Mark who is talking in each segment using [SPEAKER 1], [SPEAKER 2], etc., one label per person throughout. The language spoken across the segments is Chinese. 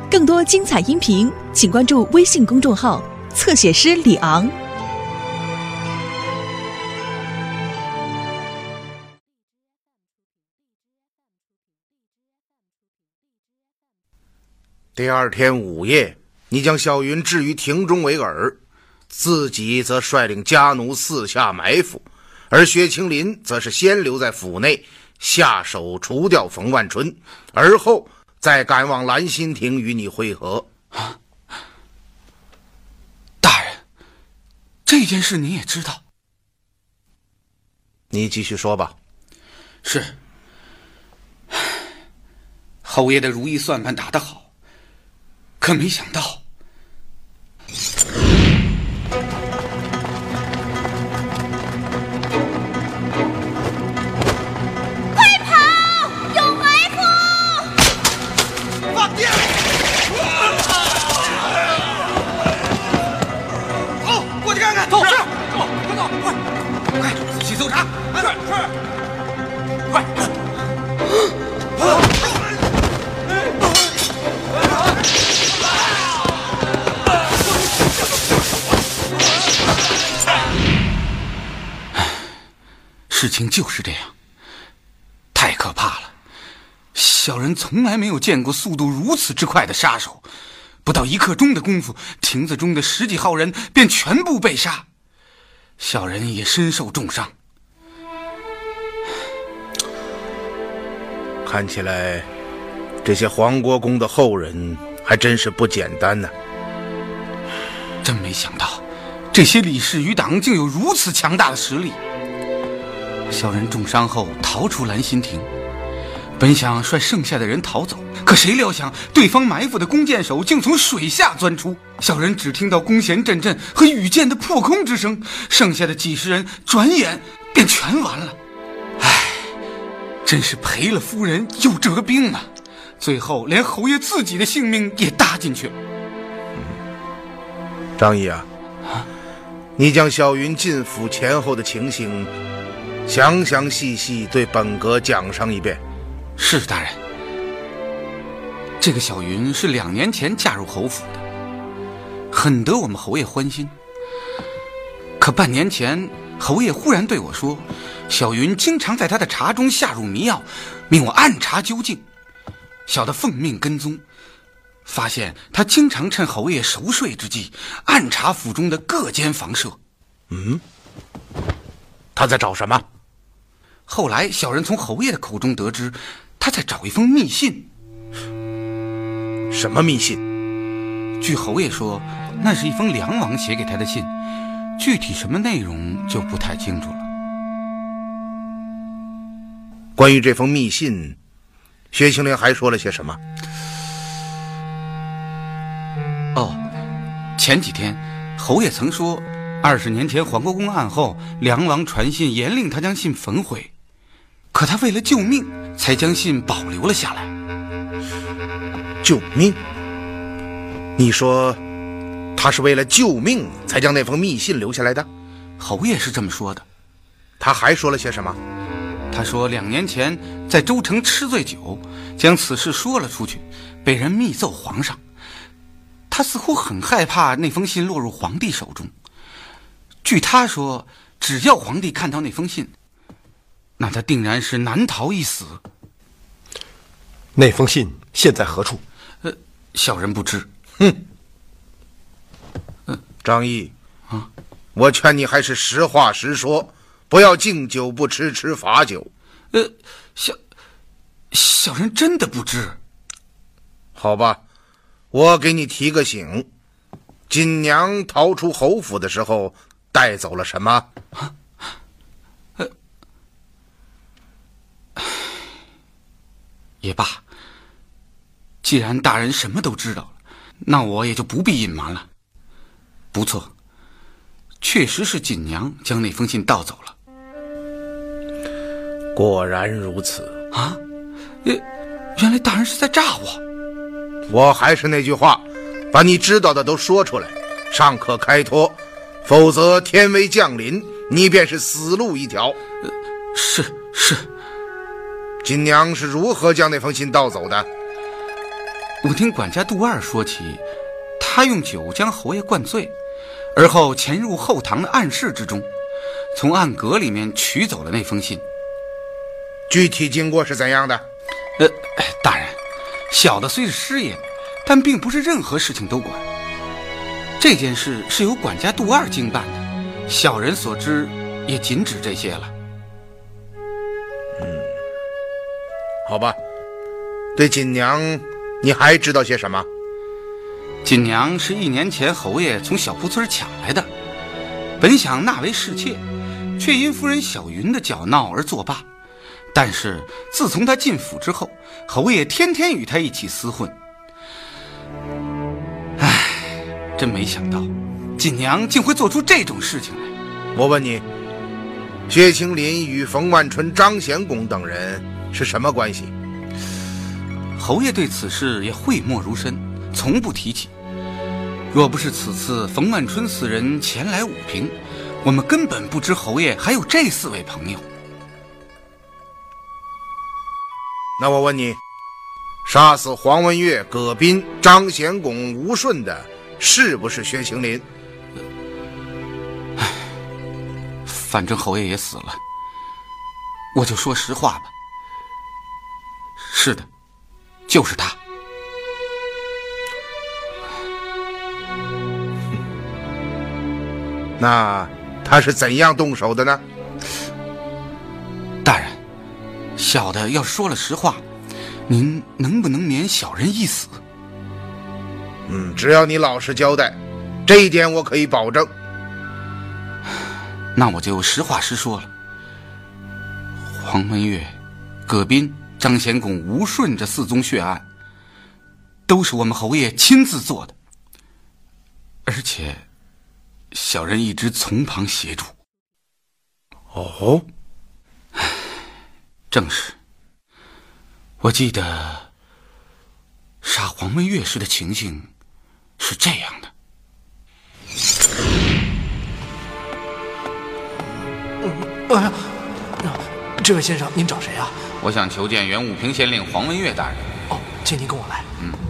[SPEAKER 1] 更多精彩音频，请关注微信公众号“侧写师李昂”。
[SPEAKER 2] 第二天午夜，你将小云置于庭中为饵，自己则率领家奴四下埋伏，而薛青林则是先留在府内，下手除掉冯万春，而后再赶往兰心亭与你会合。
[SPEAKER 3] 大人，这件事你也知道。
[SPEAKER 2] 你继续说吧。
[SPEAKER 3] 是，侯爷的如意算盘打得好，可没想到搜查，快！事情就是这样，太可怕了。小人从来没有见过速度如此之快的杀手，不到1刻钟的功夫，亭子中的10几号人便全部被杀，小人也身受重伤。
[SPEAKER 2] 看起来这些黄国公的后人还真是不简单呢。
[SPEAKER 3] 真没想到这些李氏余党竟有如此强大的实力。小人重伤后逃出兰心亭，本想率剩下的人逃走，可谁料想对方埋伏的弓箭手竟从水下钻出，小人只听到弓弦阵阵和羽箭的破空之声，剩下的几十人转眼便全完了。真是赔了夫人又折兵啊！最后连侯爷自己的性命也搭进去了。
[SPEAKER 2] 张毅啊，你将小云进府前后的情形详详细细对本阁讲上一遍。
[SPEAKER 3] 是大人。这个小云是2年前嫁入侯府的，很得我们侯爷欢心。可半年前侯爷忽然对我说，小云经常在他的茶中下入迷药，命我暗查究竟。小的奉命跟踪，发现他经常趁侯爷熟睡之际暗查府中的各间房舍。
[SPEAKER 2] 他在找什么？
[SPEAKER 3] 后来小人从侯爷的口中得知，他在找一封密信。
[SPEAKER 2] 什么密信？
[SPEAKER 3] 据侯爷说，那是一封梁王写给他的信，具体什么内容就不太清楚了。
[SPEAKER 2] 关于这封密信，薛青林还说了些什么？
[SPEAKER 3] 前几天侯爷曾说，20年前黄国公案后，梁王传信严令他将信焚毁，可他为了救命才将信保留了下来。
[SPEAKER 2] 救命？你说他是为了救命才将那封密信留下来的？
[SPEAKER 3] 侯爷是这么说的。
[SPEAKER 2] 他还说了些什么？
[SPEAKER 3] 他说2年前在州城吃醉酒，将此事说了出去，被人密奏皇上。他似乎很害怕那封信落入皇帝手中。据他说，只要皇帝看到那封信，那他定然是难逃一死。
[SPEAKER 4] 那封信现在何处？
[SPEAKER 3] 小人不知。
[SPEAKER 2] 张毅我劝你还是实话实说，不要敬酒不吃吃罚酒。
[SPEAKER 3] 小人真的不知。
[SPEAKER 2] 好吧，我给你提个醒，锦娘逃出侯府的时候带走了什么？
[SPEAKER 3] 也罢，既然大人什么都知道了，那我也就不必隐瞒了。不错，确实是锦娘将那封信盗走了。
[SPEAKER 2] 果然如此
[SPEAKER 3] 啊！原来大人是在诈我。
[SPEAKER 2] 我还是那句话，把你知道的都说出来，尚可开脱，否则天威降临，你便是死路一条。
[SPEAKER 3] 是。
[SPEAKER 2] 锦娘是如何将那封信盗走的？
[SPEAKER 3] 我听管家杜二说起，他用酒将侯爷灌醉，而后潜入后堂的暗室之中，从暗格里面取走了那封信。
[SPEAKER 2] 具体经过是怎样的？
[SPEAKER 3] 大人，小的虽是师爷，但并不是任何事情都管。这件事是由管家杜二经办的，小人所知也仅止这些了。
[SPEAKER 2] 好吧，对锦娘你还知道些什么？
[SPEAKER 3] 锦娘是1年前侯爷从小铺村抢来的，本想纳为侍妾，却因夫人小云的搅闹而作罢。但是自从她进府之后，侯爷天天与她一起厮混。唉，真没想到锦娘竟会做出这种事情来。
[SPEAKER 2] 我问你，薛青林与冯万春、张贤公等人是什么关系？
[SPEAKER 3] 侯爷对此事也讳莫如深，从不提起。若不是此次冯万春4人前来武平，我们根本不知侯爷还有这4位朋友。
[SPEAKER 2] 那我问你，杀死黄文岳、葛斌、张贤拱、吴顺的是不是薛青林？
[SPEAKER 3] 反正侯爷也死了，我就说实话吧。是的，就是他。
[SPEAKER 2] 那他是怎样动手的呢？
[SPEAKER 3] 大人，小的要是说了实话，您能不能免小人一死？
[SPEAKER 2] 只要你老实交代，这一点我可以保证。
[SPEAKER 3] 那我就实话实说了。黄文岳、葛斌、张贤拱、吴顺这4宗血案，都是我们侯爷亲自做的，而且小人一直从旁协助。
[SPEAKER 2] 哦，
[SPEAKER 3] 正是。我记得杀黄文岳时的情形是这样的。
[SPEAKER 5] 这位先生，您找谁啊？
[SPEAKER 3] 我想求见原武平县令黄文岳大人。
[SPEAKER 5] 哦，请您跟我来。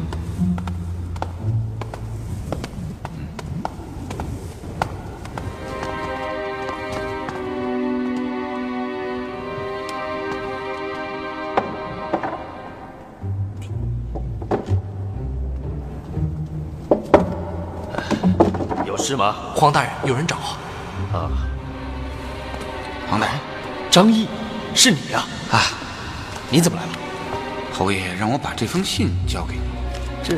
[SPEAKER 6] 有事吗？
[SPEAKER 5] 黄大人，有人找。
[SPEAKER 6] 啊，
[SPEAKER 3] 黄大人，
[SPEAKER 5] 张毅，是你呀！
[SPEAKER 3] 啊，
[SPEAKER 5] 你怎么来了？
[SPEAKER 3] 侯爷让我把这封信交给你。
[SPEAKER 5] 这……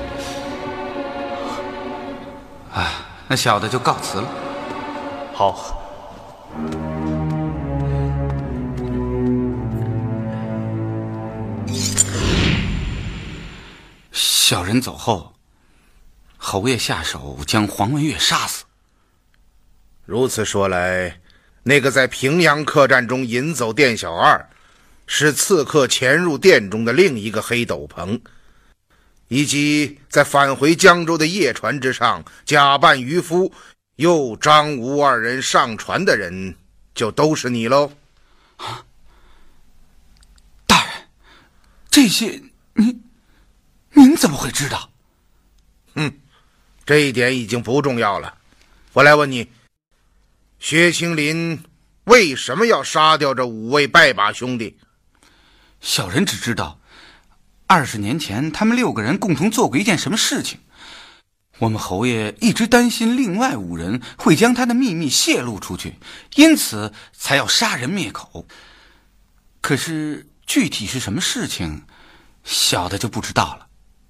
[SPEAKER 3] 啊，那小的就告辞了。
[SPEAKER 6] 好。
[SPEAKER 3] 小人走后，侯爷下手将黄文岳杀死。
[SPEAKER 2] 如此说来，那个在平阳客栈中引走店小二，是刺客潜入店中的另一个黑斗篷，以及在返回江州的夜船之上假扮渔夫，又张吴2人上船的人，就都是你喽。
[SPEAKER 3] 大人，这些您怎么会知道？
[SPEAKER 2] 这一点已经不重要了。我来问你，薛青林为什么要杀掉这5位拜把兄弟？
[SPEAKER 3] 小人只知道20年前他们6个人共同做过一件什么事情。我们侯爷一直担心另外5人会将他的秘密泄露出去，因此才要杀人灭口。可是具体是什么事情，小的就不知道了。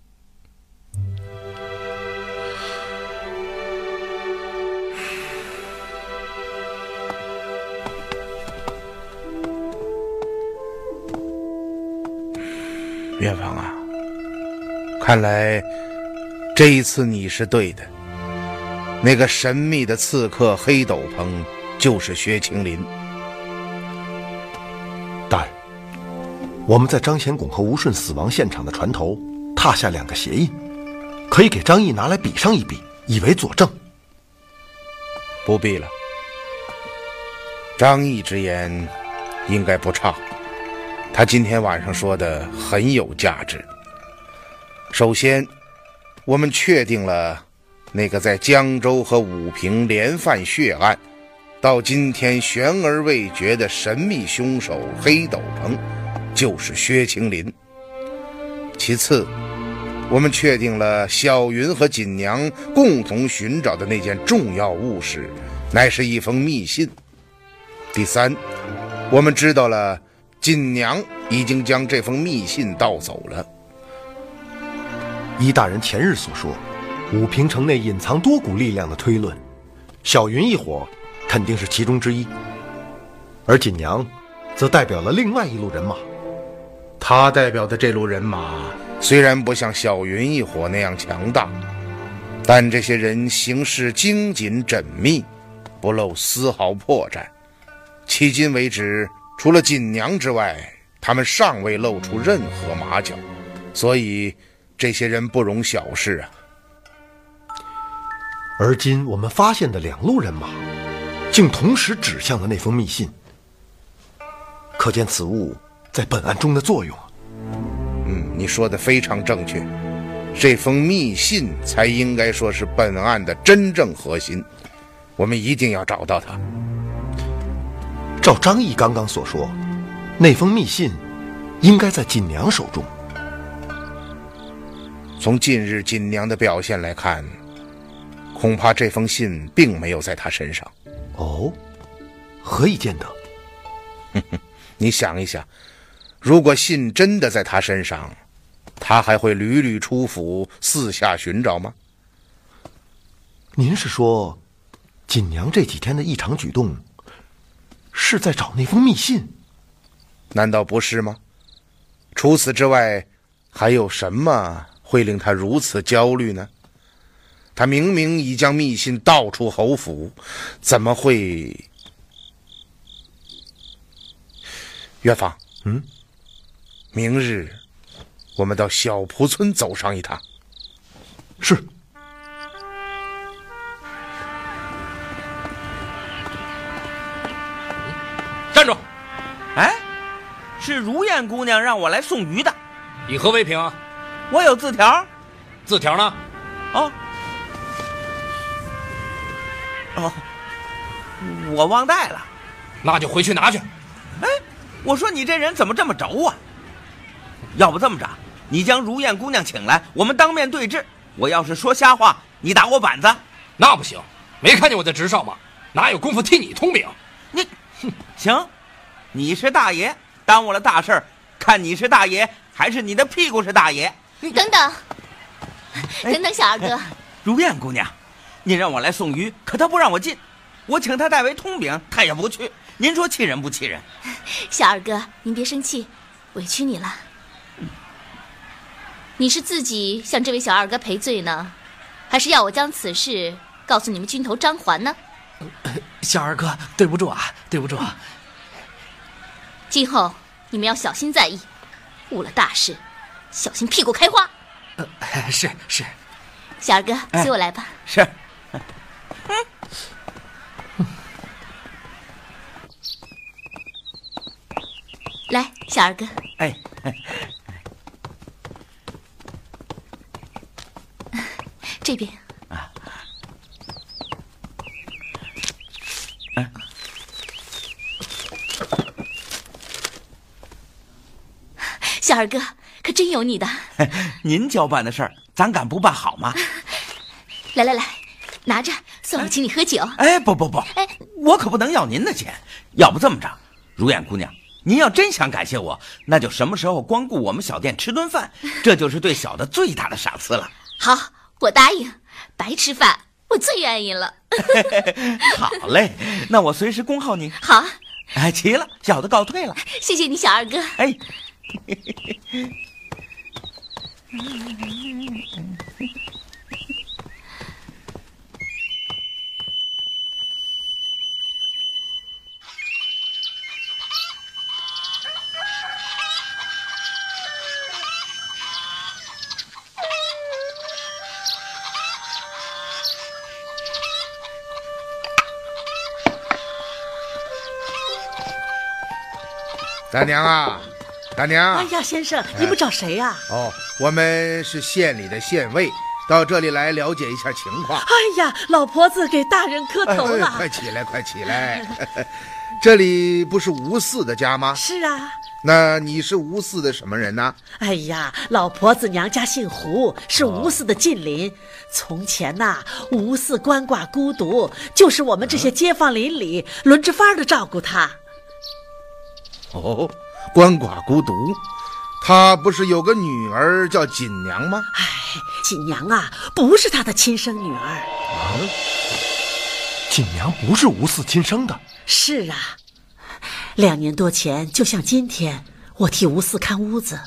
[SPEAKER 2] 远方啊，看来这一次你是对的，那个神秘的刺客黑斗篷就是薛青林。
[SPEAKER 4] 大人，我们在张贤拱和吴顺死亡现场的船头踏下2个鞋印，可以给张毅拿来比上一比，以为佐证。
[SPEAKER 2] 不必了，张毅之言应该不差，他今天晚上说的很有价值。 首先，我们确定了那个在江州和武平连犯血案，到今天悬而未决的神秘凶手黑斗篷就是薛青林。其次，我们确定了小云和锦娘共同寻找的那件重要物事乃是一封密信。第三，我们知道了锦娘已经将这封密信盗走了。
[SPEAKER 4] 依大人前日所说，武平城内隐藏多股力量的推论，小云一伙肯定是其中之一，而锦娘则代表了另外一路人马。
[SPEAKER 2] 他代表的这路人马虽然不像小云一伙那样强大，但这些人行事精谨缜密，不露丝毫破绽。迄今为止，除了锦娘之外，他们尚未露出任何马脚，所以这些人不容小视啊。
[SPEAKER 4] 而今我们发现的两路人马，竟同时指向了那封密信，可见此物在本案中的作用。
[SPEAKER 2] 你说的非常正确，这封密信才应该说是本案的真正核心，我们一定要找到它。
[SPEAKER 4] 照张毅刚刚所说，那封密信应该在锦娘手中。
[SPEAKER 2] 从近日锦娘的表现来看，恐怕这封信并没有在她身上。
[SPEAKER 4] 哦，何以见得？
[SPEAKER 2] 你想一想，如果信真的在她身上，她还会屡屡出府四下寻找吗？
[SPEAKER 4] 您是说，锦娘这几天的异常举动是在找那封密信？
[SPEAKER 2] 难道不是吗？除此之外，还有什么会令他如此焦虑呢？他明明已将密信倒出侯府，怎么会……元芳，明日我们到小蒲村走上一趟。
[SPEAKER 4] 是。
[SPEAKER 7] 站住！
[SPEAKER 8] 哎，是如燕姑娘让我来送鱼的。
[SPEAKER 7] 以何为凭啊？
[SPEAKER 8] 我有字条。
[SPEAKER 7] 字条呢？
[SPEAKER 8] 我忘带了。
[SPEAKER 7] 那就回去拿去。
[SPEAKER 8] 哎，我说你这人怎么这么轴啊？要不这么着，你将如燕姑娘请来，我们当面对质。我要是说瞎话，你打我板子。
[SPEAKER 7] 那不行，没看见我在值哨吗？哪有功夫替你通禀？
[SPEAKER 8] 你，行，你是大爷，耽误了大事儿，看你是大爷还是你的屁股是大爷。
[SPEAKER 9] 等等，等等，小二哥。
[SPEAKER 8] 如燕姑娘，您让我来送鱼，可他不让我进。我请他代为通禀，他也不去。您说气人不气人？
[SPEAKER 9] 小二哥，您别生气，委屈你了。你是自己向这位小二哥赔罪呢，还是要我将此事告诉你们军头张环呢？
[SPEAKER 5] 小二哥，对不住啊，对不住啊。
[SPEAKER 9] 今后你们要小心在意，误了大事，小心屁股开花。
[SPEAKER 5] 是。
[SPEAKER 9] 小二哥，随我来吧。
[SPEAKER 8] 是。
[SPEAKER 9] 来，小二哥。
[SPEAKER 8] 哎，
[SPEAKER 9] 这边。小二哥，可真有你的。
[SPEAKER 8] 您交办的事儿，咱敢不办好吗？
[SPEAKER 9] 来，拿着，算我请你喝酒。
[SPEAKER 8] 哎，不，哎，我可不能要您的钱。要不这么着，如燕姑娘，您要真想感谢我，那就什么时候光顾我们小店吃顿饭，这就是对小的最大的赏赐了。
[SPEAKER 9] 好，我答应。白吃饭，我最愿意了。
[SPEAKER 8] 好嘞，那我随时恭候您。
[SPEAKER 9] 好。
[SPEAKER 8] 哎，齐了，小的告退了。
[SPEAKER 9] 谢谢你，小二哥。
[SPEAKER 8] 哎。
[SPEAKER 2] 大娘啊，大娘！
[SPEAKER 10] 哎呀，先生，你们找谁呀？
[SPEAKER 2] 我们是县里的县尉，到这里来了解一下情况。
[SPEAKER 10] 哎呀，老婆子给大人磕头了。
[SPEAKER 2] 快起来，快起来！这里不是吴四的家吗？
[SPEAKER 10] 是啊。
[SPEAKER 2] 那你是吴四的什么人呢？
[SPEAKER 10] 哎呀，老婆子娘家姓胡，是吴四的近邻。从前呐，吴四鳏寡孤独，就是我们这些街坊邻里轮着法的照顾他。
[SPEAKER 2] 哦，鳏寡孤独，他不是有个女儿叫锦娘吗？
[SPEAKER 10] 哎，锦娘啊，不是他的亲生女儿。
[SPEAKER 4] 锦娘不是吴四亲生的。
[SPEAKER 10] 是啊，2年多前，就像今天，我替吴四看屋子。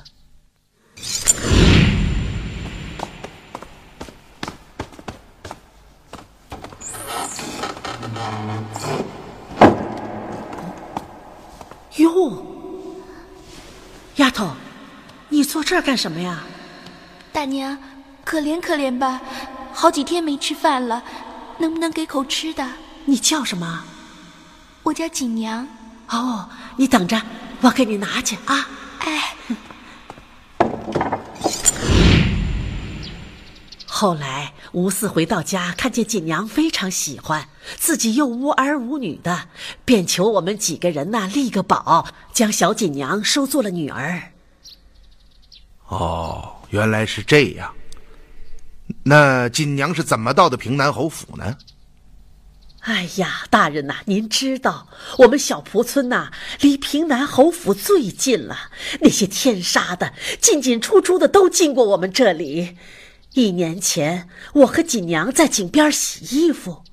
[SPEAKER 10] 哟，丫头，你坐这儿干什么呀？
[SPEAKER 9] 大娘，可怜可怜吧，好几天没吃饭了，能不能给口吃的？
[SPEAKER 10] 你叫什么？
[SPEAKER 9] 我叫锦娘。
[SPEAKER 10] 哦，你等着，我给你拿去啊。
[SPEAKER 9] 哎。
[SPEAKER 10] 后来吴四回到家，看见锦娘非常喜欢，自己又无儿无女的，便求我们几个人呐立个保，将小锦娘收做了女儿。
[SPEAKER 2] 哦，原来是这样。那锦娘是怎么到的平南侯府呢？
[SPEAKER 10] 哎呀，大人呐，您知道我们小蒲村呐，离平南侯府最近了，那些天杀的进进出出的都经过我们这里。1年前，我和锦娘在井边洗衣服。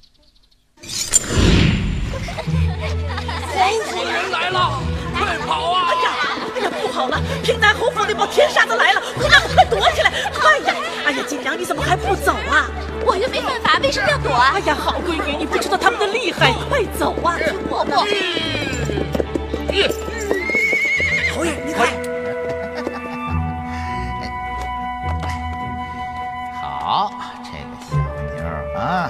[SPEAKER 7] 人来了，快跑啊！
[SPEAKER 10] 哎呀，不好了，平南侯府那帮天杀的来了，姑娘们快躲起来！快呀！哎呀，锦娘你怎么还不走啊？
[SPEAKER 9] 我又没犯法，为什么要躲啊？
[SPEAKER 10] 哎呀，好闺女，你不知道他们的厉害，快走啊！
[SPEAKER 9] 我不。
[SPEAKER 5] 侯爷，你看。
[SPEAKER 11] 好，这个小妞啊，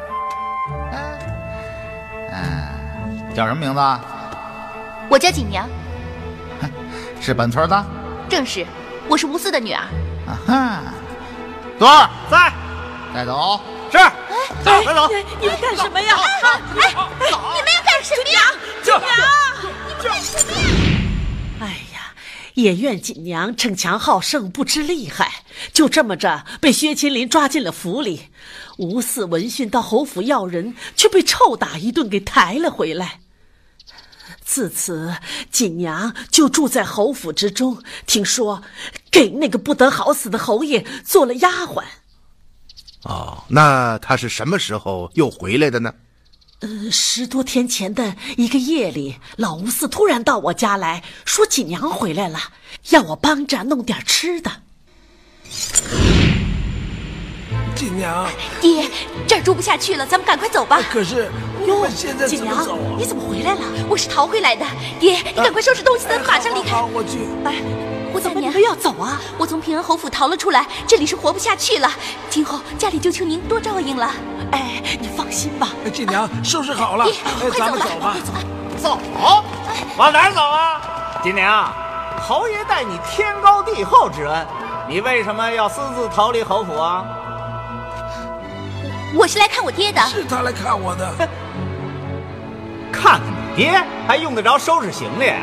[SPEAKER 11] 叫什么名字？
[SPEAKER 9] 我叫锦娘。
[SPEAKER 11] 是本村的？
[SPEAKER 9] 正是，我是吴四的女儿。
[SPEAKER 11] 啊哈，多儿在，带走。是，
[SPEAKER 10] 带走。你们干什么呀？
[SPEAKER 9] 你们要干什么呀？
[SPEAKER 10] 锦娘，你们干什么呀？哎呀，也怨锦娘逞强好胜，不知厉害，就这么着被薛青林抓进了府里。吴四闻讯到侯府要人，却被臭打一顿给抬了回来。自此，锦娘就住在侯府之中，听说给那个不得好死的侯爷做了丫鬟。
[SPEAKER 2] 哦，那他是什么时候又回来的呢
[SPEAKER 10] ？10多天前的一个夜里，老吴四突然到我家来说锦娘回来了，要我帮着弄点吃的。
[SPEAKER 5] 锦娘，
[SPEAKER 9] 爹，这儿住不下去了，咱们赶快走吧。
[SPEAKER 5] 可是我们现在怎么走啊？
[SPEAKER 10] 你怎么回来了？
[SPEAKER 9] 我是逃回来的。爹，你赶快收拾东西，咱们马上离开。
[SPEAKER 5] 好，我去。
[SPEAKER 9] 哎，我
[SPEAKER 10] 怎么你们要走啊？
[SPEAKER 9] 我从平安侯府逃了出来，这里是活不下去了。今后家里就求您多照应了。
[SPEAKER 10] 哎，你放心吧。
[SPEAKER 5] 锦娘，收拾好了，咱们走吧。
[SPEAKER 11] 走，往哪儿走啊？锦娘，侯爷待你天高地厚之恩，你为什么要私自逃离侯府啊？
[SPEAKER 9] 我是来看我爹的。
[SPEAKER 5] 是他来看我的。
[SPEAKER 11] 看看你爹，还用得着收拾行李？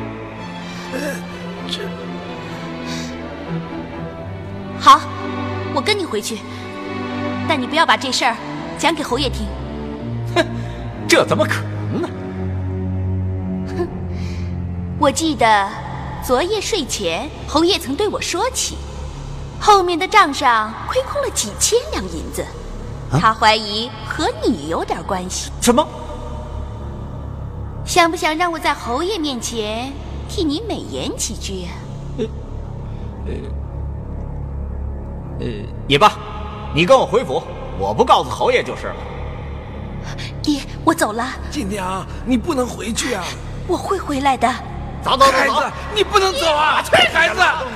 [SPEAKER 9] 好，我跟你回去，但你不要把这事儿讲给侯爷听。
[SPEAKER 11] 哼，这怎么可能呢？
[SPEAKER 9] 哼，我记得昨夜睡前，侯爷曾对我说起，后面的账上亏空了几千两银子。他怀疑和你有点关系。
[SPEAKER 11] 什么？
[SPEAKER 9] 想不想让我在侯爷面前替你美言几句啊？
[SPEAKER 11] 也罢，你跟我回府，我不告诉侯爷就是了。
[SPEAKER 9] 爹，我走了。
[SPEAKER 5] 锦娘，你不能回去啊！
[SPEAKER 9] 我会回来的。
[SPEAKER 11] 走！
[SPEAKER 5] 孩子，你不能走啊！孩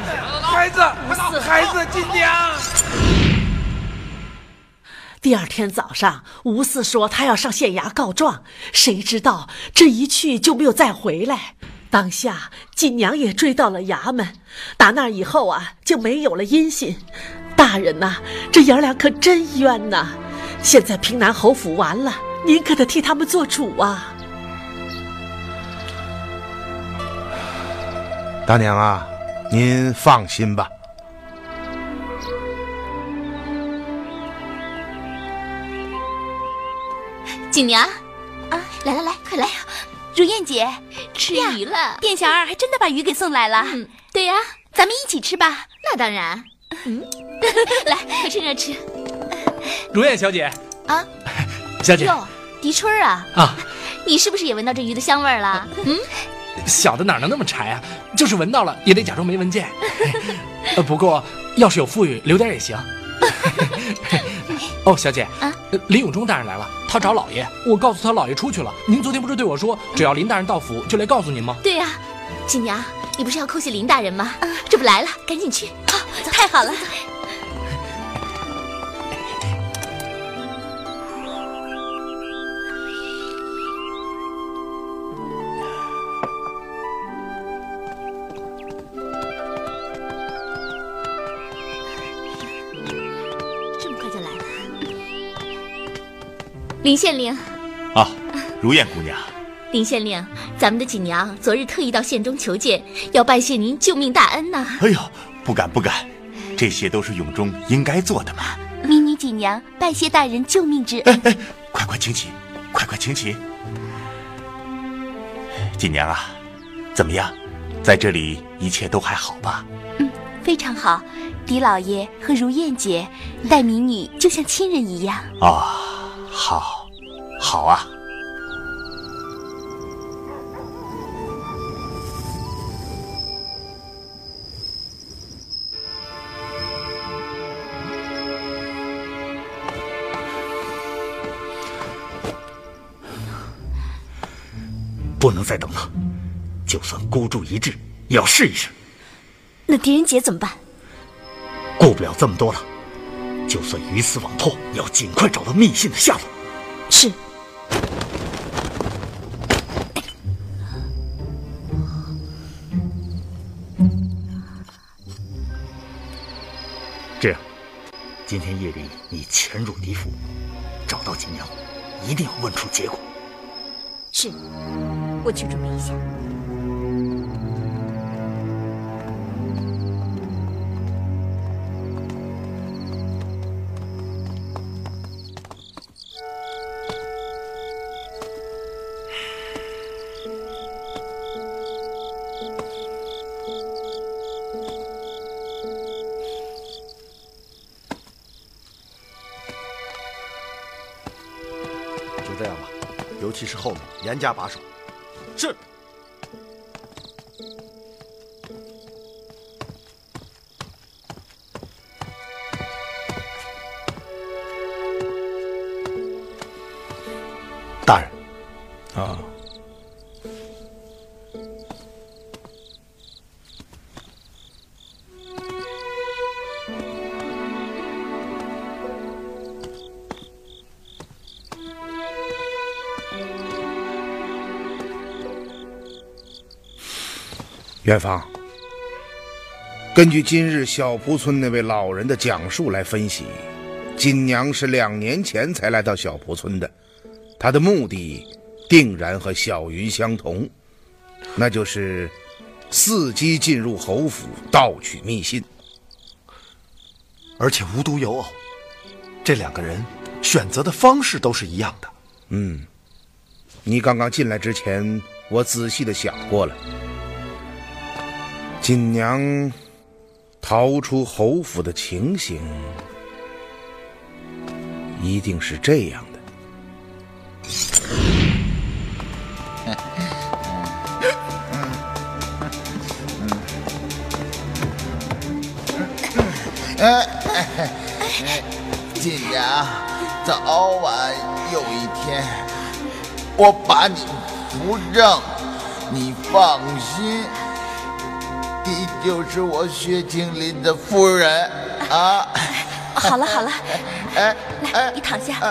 [SPEAKER 5] 子，锦娘。
[SPEAKER 10] 第2天早上，吴四说他要上县衙告状，谁知道这一去就没有再回来。 当下锦娘也追到了衙门，打那以后啊，就没有了音信。大人呐，这爷俩可真冤呐！现在平南侯府完了，您可得替他们做主啊！
[SPEAKER 2] 大娘啊，您放心吧。
[SPEAKER 9] 锦娘，啊，来，快来！如燕姐，吃鱼了。店小二还真的把鱼给送来了。对呀，咱们一起吃吧。那当然。来，快趁热吃。
[SPEAKER 7] 如燕小姐
[SPEAKER 9] 啊，
[SPEAKER 7] 小姐
[SPEAKER 9] 哟，狄春啊，你是不是也闻到这鱼的香味了？
[SPEAKER 7] 小的哪能那么柴啊？就是闻到了，也得假装没闻见。不过要是有富裕，留点也行。哦，小姐啊，林永忠大人来了，他找老爷，我告诉他老爷出去了。您昨天不是对我说，只要林大人到府就来告诉您吗？
[SPEAKER 9] 对呀，锦娘，你不是要叩谢林大人吗？这不来了，赶紧去。太好了。林县令，
[SPEAKER 6] 如燕姑娘。
[SPEAKER 9] 林县令，咱们的锦娘昨日特意到县中求见，要拜谢您救命大恩呐。
[SPEAKER 6] 哎呦，不敢，这些都是永忠应该做的嘛。
[SPEAKER 9] 民女锦娘拜谢大人救命之恩。
[SPEAKER 6] 快请起，快请起。锦娘啊，怎么样，在这里一切都还好吧？
[SPEAKER 9] 非常好。狄老爷和如燕姐待民女就像亲人一样。
[SPEAKER 6] 好啊。
[SPEAKER 11] 不能再等了，就算孤注一掷，也要试一试。
[SPEAKER 9] 那狄仁杰怎么办？
[SPEAKER 11] 顾不了这么多了，就算鱼死网破，也要尽快找到密信的下落。
[SPEAKER 9] 是。
[SPEAKER 11] 这样，今天夜里你潜入狄府，找到锦娘，一定要问出结果。
[SPEAKER 9] 是，我去准备一下。
[SPEAKER 4] 就这样吧，尤其是后面严加把守。
[SPEAKER 11] 是。
[SPEAKER 4] 大人。
[SPEAKER 2] 元芳，根据今日小蒲村那位老人的讲述来分析，锦娘是2年前才来到小蒲村的，她的目的定然和小云相同，那就是伺机进入侯府盗取密信。
[SPEAKER 4] 而且无独有偶，这2个人选择的方式都是一样的。
[SPEAKER 2] 你刚刚进来之前，我仔细的想过了，锦娘逃出侯府的情形一定是这样的。
[SPEAKER 12] 锦娘，早晚有一天，我把你扶正，你放心。你就是我薛青林的夫人啊！
[SPEAKER 9] 好了，来，你躺下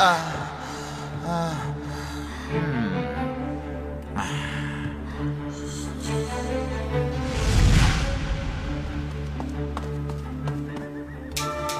[SPEAKER 9] 啊！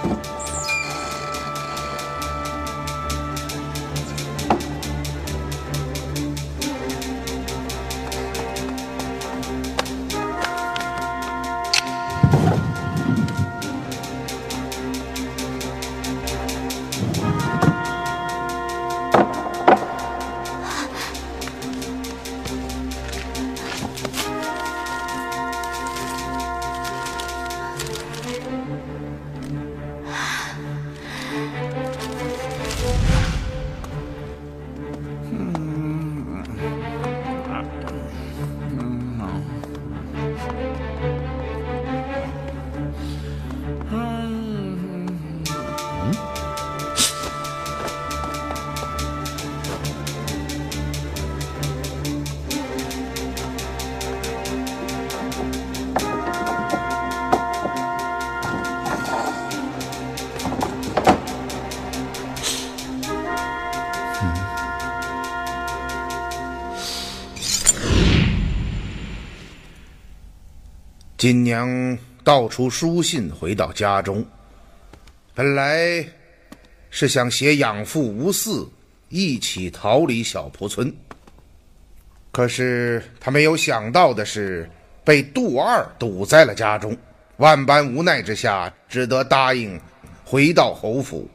[SPEAKER 2] 金娘道出书信回到家中，本来是想携养父吴四一起逃离小蒲村，可是他没有想到的是被杜二堵在了家中，万般无奈之下只得答应回到侯府。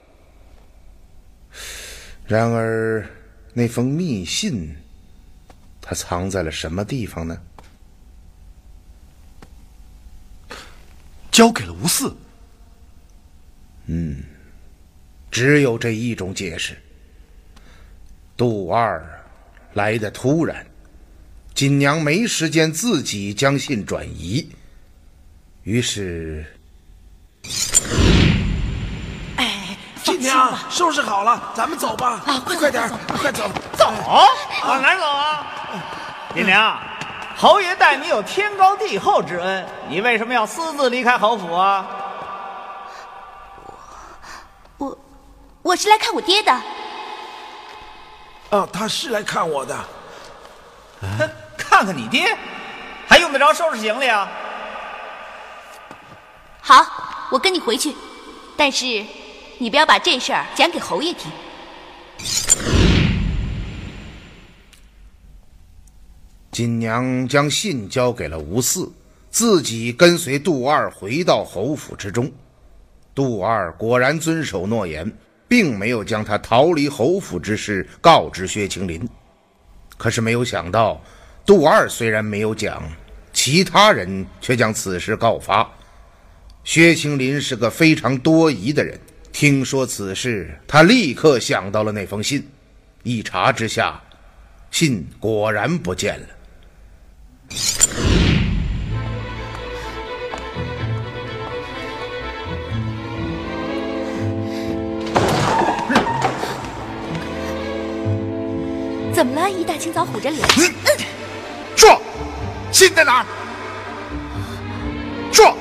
[SPEAKER 2] 然而那封密信他藏在了什么地方呢？
[SPEAKER 4] 交给了吴四。
[SPEAKER 2] 只有这一种解释。杜二来得突然，锦娘没时间自己将信转移，于是
[SPEAKER 5] 锦娘，收拾好了，咱们走吧。快点，快走。
[SPEAKER 11] 走？往哪儿走啊？锦娘，侯爷待你有天高地厚之恩，你为什么要私自离开侯府啊？
[SPEAKER 9] 我是来看我爹的。
[SPEAKER 5] 他是来看我的。
[SPEAKER 11] 看看你爹，还用得着收拾行李啊？
[SPEAKER 9] 好，我跟你回去，但是你不要把这事儿讲给侯爷听。
[SPEAKER 2] 锦娘将信交给了吴四，自己跟随杜二回到侯府之中。杜二果然遵守诺言，并没有将他逃离侯府之事告知薛青林。可是没有想到，杜二虽然没有讲，其他人却将此事告发。薛青林是个非常多疑的人，听说此事，他立刻想到了那封信。一查之下，信果然不见了。
[SPEAKER 9] 怎么了？一大清早虎着脸。
[SPEAKER 2] 说，信在哪儿？说。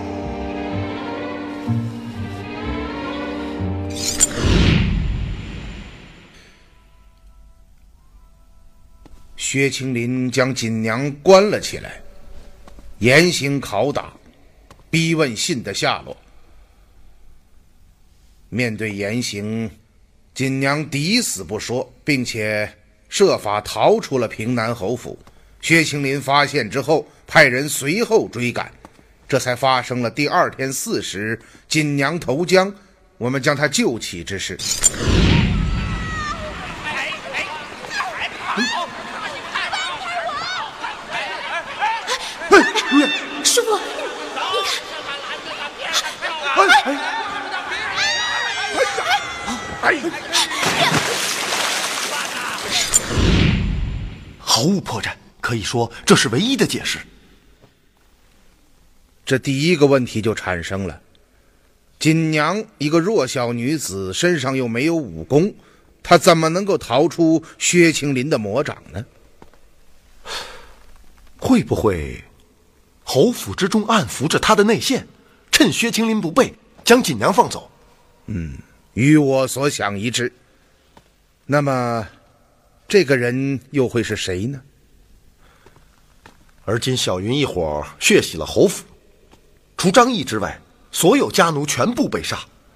[SPEAKER 2] 薛青林将锦娘关了起来，严刑拷打，逼问信的下落。面对严刑，锦娘抵死不说，并且设法逃出了平南侯府。薛青林发现之后，派人随后追赶，这才发生了第二天4时锦娘投江，我们将她救起之事。
[SPEAKER 9] 师傅，你看，
[SPEAKER 4] 毫无破绽，可以说这是唯一的解释。
[SPEAKER 2] 这第一个问题就产生了：锦娘一个弱小女子，身上又没有武功，她怎么能够逃出薛青林的魔掌呢？
[SPEAKER 4] 会不会侯府之中暗伏着他的内线，趁薛青林不备，将锦娘放走？
[SPEAKER 2] 与我所想一致。那么这个人又会是谁呢？
[SPEAKER 4] 而今小云一伙血洗了侯府，除张毅之外，所有家奴全部被杀，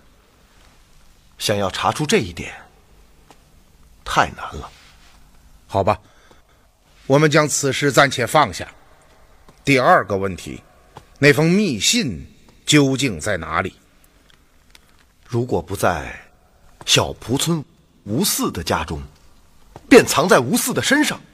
[SPEAKER 4] 想要查出这一点，太难了。
[SPEAKER 2] 好吧，我们将此事暂且放下。第二个问题，那封密信究竟在哪里？
[SPEAKER 4] 如果不在小蒲村吴四的家中，便藏在吴四的身上。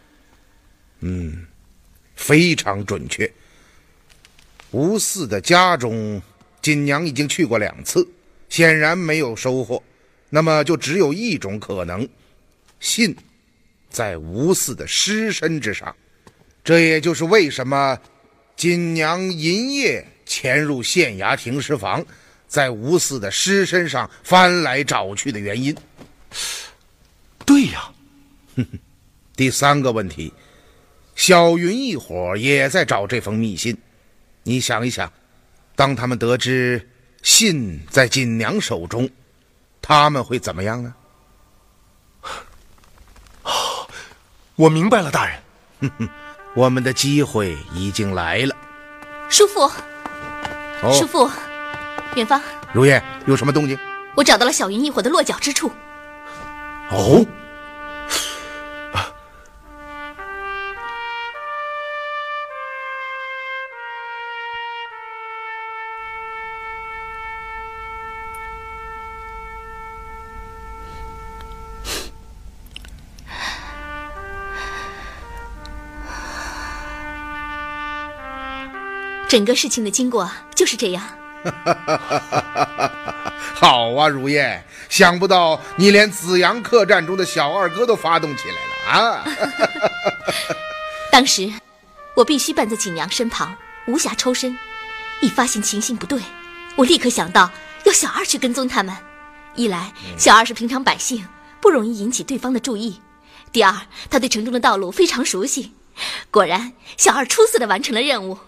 [SPEAKER 2] 非常准确。吴四的家中，锦娘已经去过2次，显然没有收获。那么就只有一种可能，信在吴四的尸身之上。这也就是为什么锦娘银夜潜入县衙停尸房，在吴四的尸身上翻来找去的原因。
[SPEAKER 4] 对呀。
[SPEAKER 2] 第3个问题，小云一伙也在找这封密信。你想一想，当他们得知信在锦娘手中，他们会怎么样呢？
[SPEAKER 4] 我明白了，大人。
[SPEAKER 2] 我们的机会已经来了。
[SPEAKER 9] 叔父，叔父，远方，
[SPEAKER 2] 如燕，有什么动静？
[SPEAKER 9] 我找到了小云一伙的落脚之处。
[SPEAKER 2] 哦，
[SPEAKER 9] 整个事情的经过就是这样。
[SPEAKER 2] 好啊，如燕，想不到你连紫阳客栈中的小二哥都发动起来了啊！
[SPEAKER 9] 当时我必须伴在锦娘身旁，无暇抽身。一发现情形不对，我立刻想到要小二去跟踪他们。一来，小二是平常百姓，不容易引起对方的注意；第二，他对城中的道路非常熟悉。果然，小二出色地完成了任务。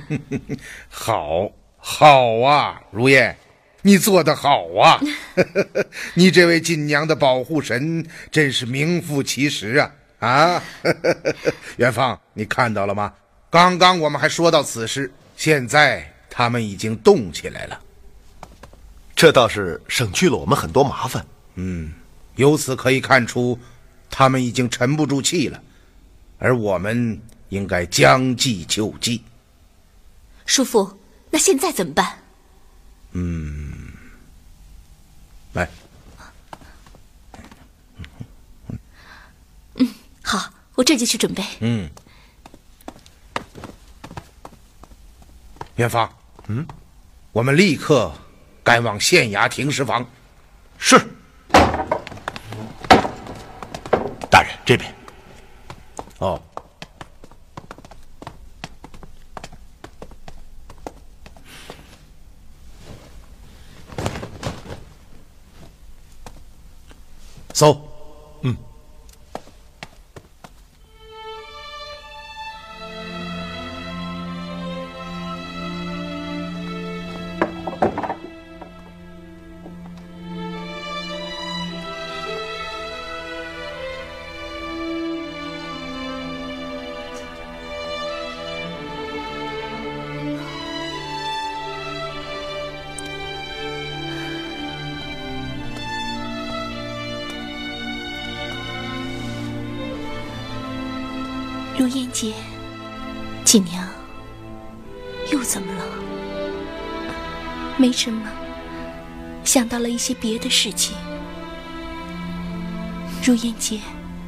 [SPEAKER 2] 好啊，如燕，你做得好啊！你这位锦娘的保护神真是名副其实啊！元芳，你看到了吗？刚刚我们还说到此事，现在他们已经动起来了。
[SPEAKER 4] 这倒是省去了我们很多麻烦。
[SPEAKER 2] 由此可以看出，他们已经沉不住气了，而我们应该将计就计。
[SPEAKER 9] 叔父，那现在怎么办？
[SPEAKER 2] 来，
[SPEAKER 9] 好，我这就去准备。
[SPEAKER 2] 元芳，我们立刻赶往县衙停尸房。
[SPEAKER 4] 是。
[SPEAKER 6] 大人，这边。
[SPEAKER 2] 哦。走。
[SPEAKER 9] 如燕姐，锦娘，又怎么了？没什么，想到了一些别的事情。如燕姐，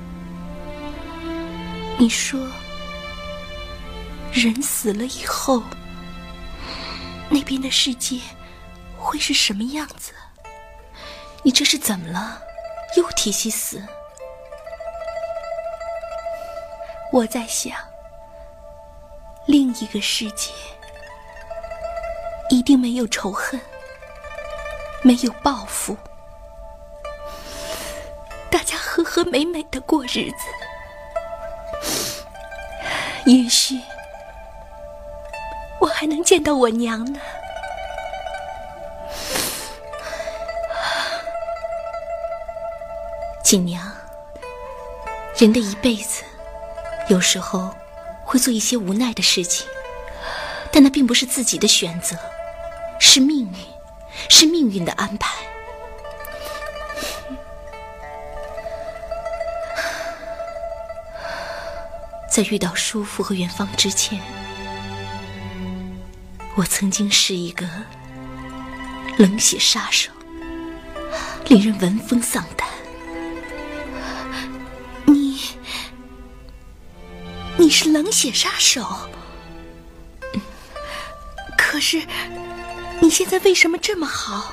[SPEAKER 9] 你说人死了以后，那边的世界会是什么样子？你这是怎么了？又提起死？我在想，另一个世界一定没有仇恨，没有报复，大家和和美美的过日子。也许我还能见到我娘呢。锦娘，人的一辈子有时候会做一些无奈的事情，但那并不是自己的选择，是命运的安排。 在遇到叔父和远方之前，我曾经是一个冷血杀手，令人闻风丧胆。你是冷血杀手？可是你现在为什么这么好？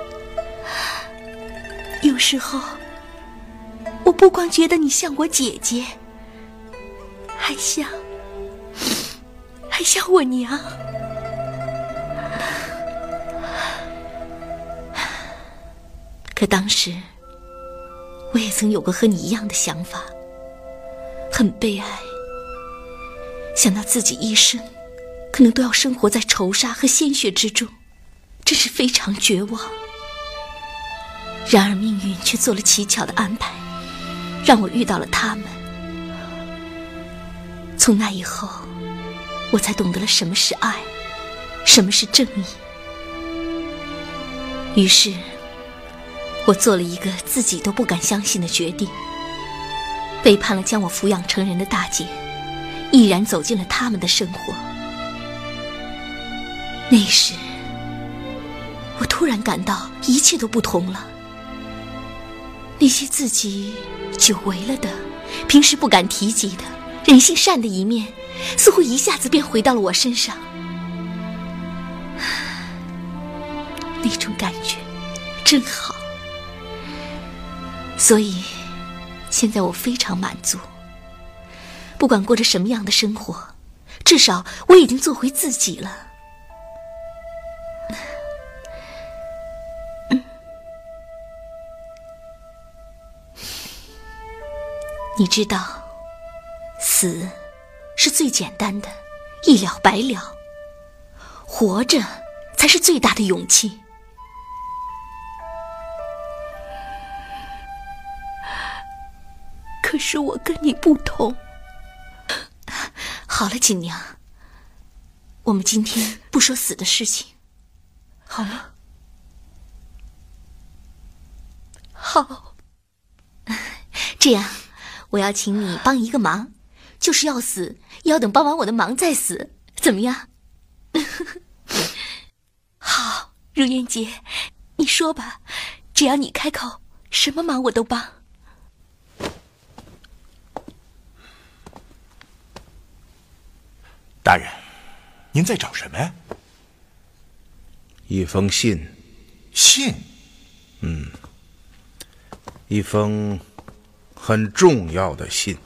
[SPEAKER 9] 有时候我不光觉得你像我姐姐，还像我娘。可当时我也曾有过和你一样的想法，很悲哀，想到自己一生可能都要生活在仇杀和鲜血之中，真是非常绝望。然而命运却做了奇巧的安排，让我遇到了他们。从那以后，我才懂得了什么是爱，什么是正义。于是我做了一个自己都不敢相信的决定，背叛了将我抚养成人的大姐，毅然走进了他们的生活。那时我突然感到一切都不同了，那些自己久违了的，平时不敢提及的人性善的一面，似乎一下子便回到了我身上。那种感觉真好，所以现在我非常满足。不管过着什么样的生活，至少我已经做回自己了。你知道，死是最简单的，一了百了，活着才是最大的勇气。可是我跟你不同。好了，锦娘，我们今天不说死的事情，好吗？好。这样，我要请你帮一个忙，就是要死，要等帮完我的忙再死，怎么样？好，如烟姐，你说吧，只要你开口，什么忙我都帮。
[SPEAKER 6] 大人，您在找什么呀？
[SPEAKER 2] 一封信。
[SPEAKER 6] 信？
[SPEAKER 2] 一封很重要的信。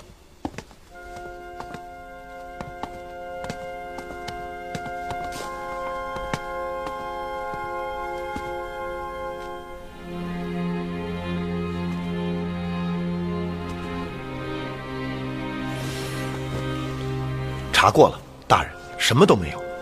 [SPEAKER 4] 查过了，大人，什么都没有。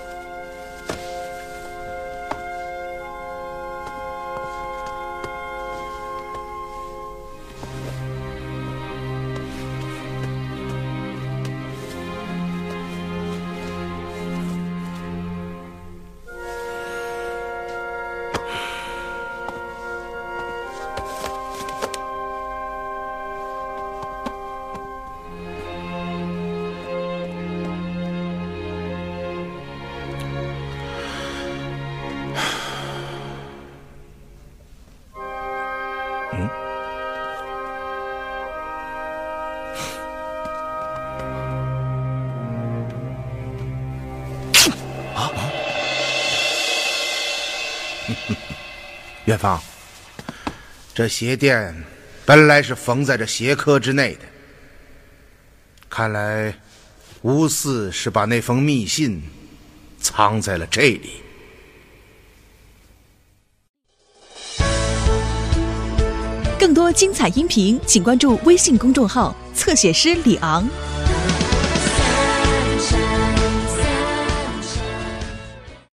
[SPEAKER 2] 元芳，这鞋垫本来是缝在这鞋壳之内的，看来吴四是把那封密信藏在了这里。
[SPEAKER 1] 更多精彩音频，请关注微信公众号“侧写师李昂”。